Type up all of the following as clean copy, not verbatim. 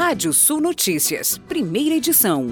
Rádio Sul Notícias, primeira edição.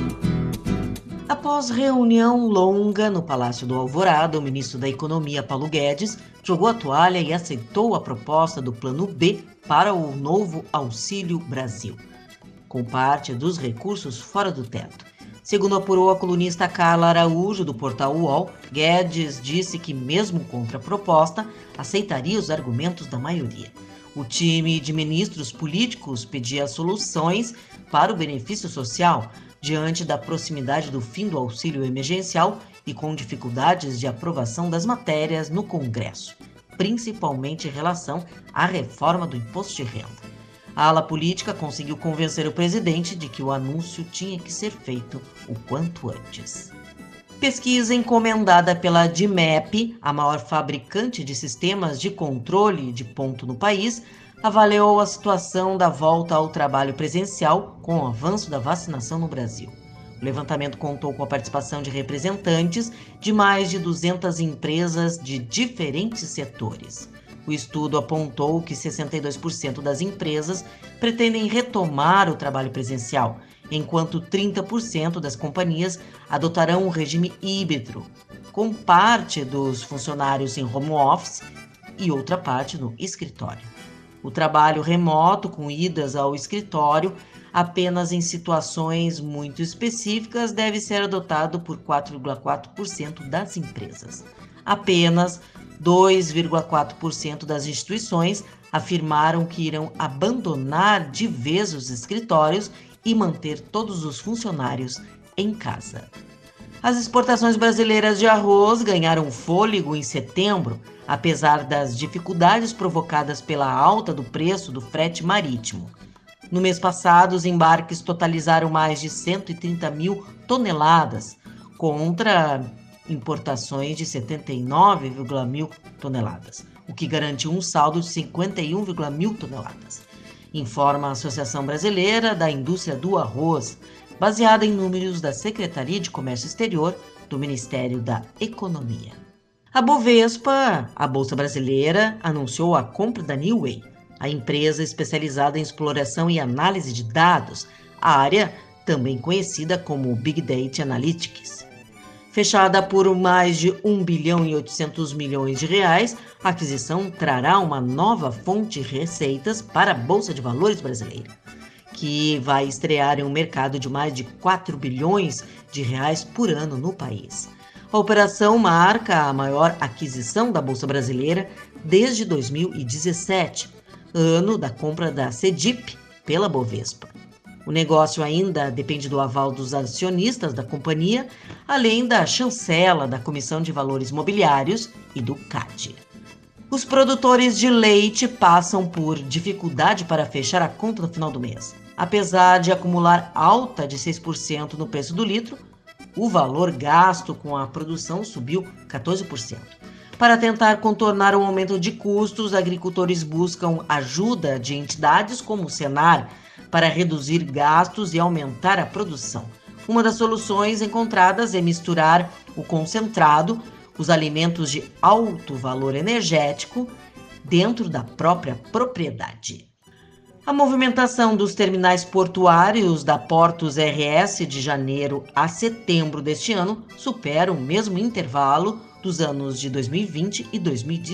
Após reunião longa no Palácio do Alvorada, o ministro da Economia, Paulo Guedes, jogou a toalha e aceitou a proposta do Plano B para o novo Auxílio Brasil, com parte dos recursos fora do teto. Segundo apurou a colunista Carla Araújo, do portal UOL, Guedes disse que, mesmo contra a proposta, aceitaria os argumentos da maioria. O time de ministros políticos pedia soluções para o benefício social, diante da proximidade do fim do auxílio emergencial e com dificuldades de aprovação das matérias no Congresso, principalmente em relação à reforma do imposto de renda. A ala política conseguiu convencer o presidente de que o anúncio tinha que ser feito o quanto antes. Pesquisa encomendada pela DIMEP, a maior fabricante de sistemas de controle de ponto no país, avaliou a situação da volta ao trabalho presencial com o avanço da vacinação no Brasil. O levantamento contou com a participação de representantes de mais de 200 empresas de diferentes setores. O estudo apontou que 62% das empresas pretendem retomar o trabalho presencial, enquanto 30% das companhias adotarão um regime híbrido, com parte dos funcionários em home office e outra parte no escritório. O trabalho remoto, com idas ao escritório apenas em situações muito específicas, deve ser adotado por 4,4% das empresas. Apenas 2,4% das instituições afirmaram que irão abandonar de vez os escritórios e manter todos os funcionários em casa. As exportações brasileiras de arroz ganharam fôlego em setembro, apesar das dificuldades provocadas pela alta do preço do frete marítimo. No mês passado, os embarques totalizaram mais de 130 mil toneladas, contra importações de 79,1 mil toneladas, o que garantiu um saldo de 51,1 mil toneladas. Informa a Associação Brasileira da Indústria do Arroz, baseada em números da Secretaria de Comércio Exterior do Ministério da Economia. A Bovespa, a Bolsa Brasileira, anunciou a compra da Newway, a empresa especializada em exploração e análise de dados, a área também conhecida como Big Data Analytics. Fechada por mais de 1 bilhão e 800 milhões de reais, a aquisição trará uma nova fonte de receitas para a Bolsa de Valores brasileira, que vai estrear em um mercado de mais de 4 bilhões de reais por ano no país. A operação marca a maior aquisição da Bolsa Brasileira desde 2017, ano da compra da Cedip pela Bovespa. O negócio ainda depende do aval dos acionistas da companhia, além da chancela da Comissão de Valores Mobiliários e do CAD. Os produtores de leite passam por dificuldade para fechar a conta no final do mês. Apesar de acumular alta de 6% no preço do litro, o valor gasto com a produção subiu 14%. Para tentar contornar o aumento de custos, agricultores buscam ajuda de entidades como o Senar para reduzir gastos e aumentar a produção. Uma das soluções encontradas é misturar o concentrado, os alimentos de alto valor energético, dentro da própria propriedade. A movimentação dos terminais portuários da Portos RS de janeiro a setembro deste ano supera o mesmo intervalo dos anos de 2020 e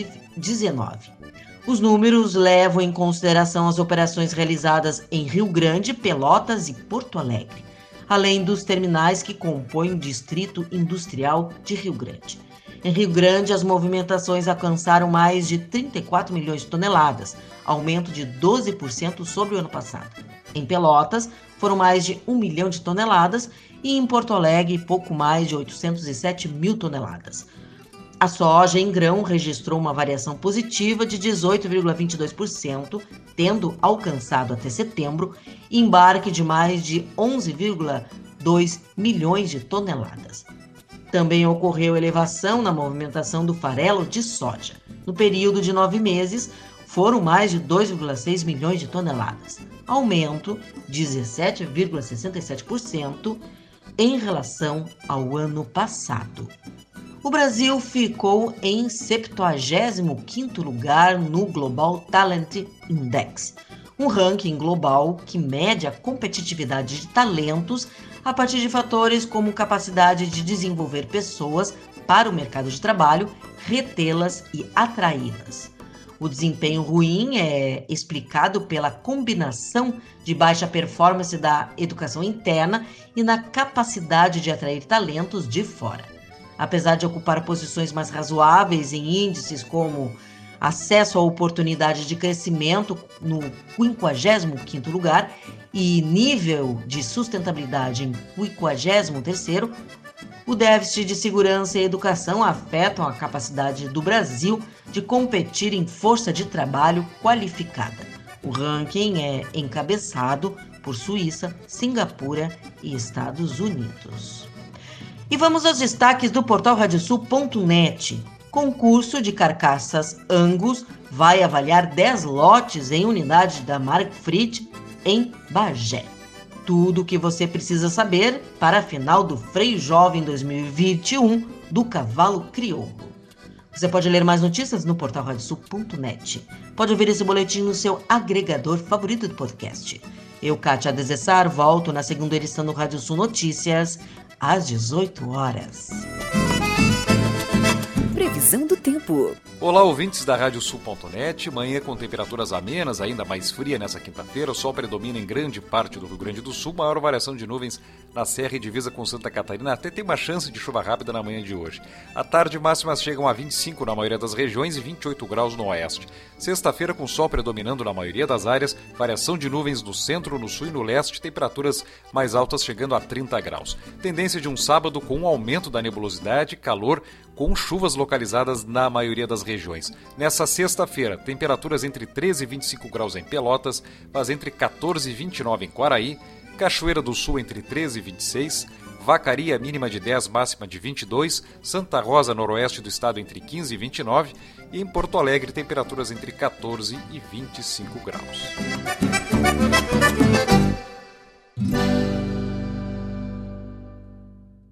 2019. Os números levam em consideração as operações realizadas em Rio Grande, Pelotas e Porto Alegre, além dos terminais que compõem o Distrito Industrial de Rio Grande. Em Rio Grande, as movimentações alcançaram mais de 34 milhões de toneladas, aumento de 12% sobre o ano passado. Em Pelotas, foram mais de 1 milhão de toneladas e em Porto Alegre, pouco mais de 807 mil toneladas. A soja em grão registrou uma variação positiva de 18,22%, tendo alcançado até setembro embarque de mais de 11,2 milhões de toneladas. Também ocorreu elevação na movimentação do farelo de soja. No período de 9 meses, foram mais de 2,6 milhões de toneladas, aumento de 17,67% em relação ao ano passado. O Brasil ficou em 75º lugar no Global Talent Index, um ranking global que mede a competitividade de talentos a partir de fatores como capacidade de desenvolver pessoas para o mercado de trabalho, retê-las e atraí-las. O desempenho ruim é explicado pela combinação de baixa performance da educação interna e na capacidade de atrair talentos de fora. Apesar de ocupar posições mais razoáveis em índices como acesso à oportunidade de crescimento no 55º lugar e nível de sustentabilidade em 53º, o déficit de segurança e educação afetam a capacidade do Brasil de competir em força de trabalho qualificada. O ranking é encabeçado por Suíça, Singapura e Estados Unidos. E vamos aos destaques do portal radiosul.net. Concurso de carcaças Angus vai avaliar 10 lotes em unidade da Markfried em Bagé. Tudo o que você precisa saber para a final do Freio Jovem 2021 do Cavalo Crioulo. Você pode ler mais notícias no portal radiosul.net. Pode ouvir esse boletim no seu agregador favorito de podcast. Eu, Kátia Desessar, volto na segunda edição do Rádio Sul Notícias, às 18 horas. Previsão do tempo. Olá, ouvintes da Radiosul.net. Manhã com temperaturas amenas, ainda mais fria nessa quinta-feira. O sol predomina em grande parte do Rio Grande do Sul. Maior variação de nuvens na Serra e divisa com Santa Catarina. Até tem uma chance de chuva rápida na manhã de hoje. À tarde, máximas chegam a 25 na maioria das regiões e 28 graus no oeste. Sexta-feira, com sol predominando na maioria das áreas. Variação de nuvens no centro, no sul e no leste. Temperaturas mais altas chegando a 30 graus. Tendência de um sábado com um aumento da nebulosidade, calor, com chuvas localizadas na maioria das regiões. Nessa sexta-feira, temperaturas entre 13 e 25 graus em Pelotas, mas entre 14 e 29 em Quaraí, Cachoeira do Sul entre 13 e 26, Vacaria mínima de 10, máxima de 22, Santa Rosa, noroeste do estado entre 15 e 29 e em Porto Alegre temperaturas entre 14 e 25 graus.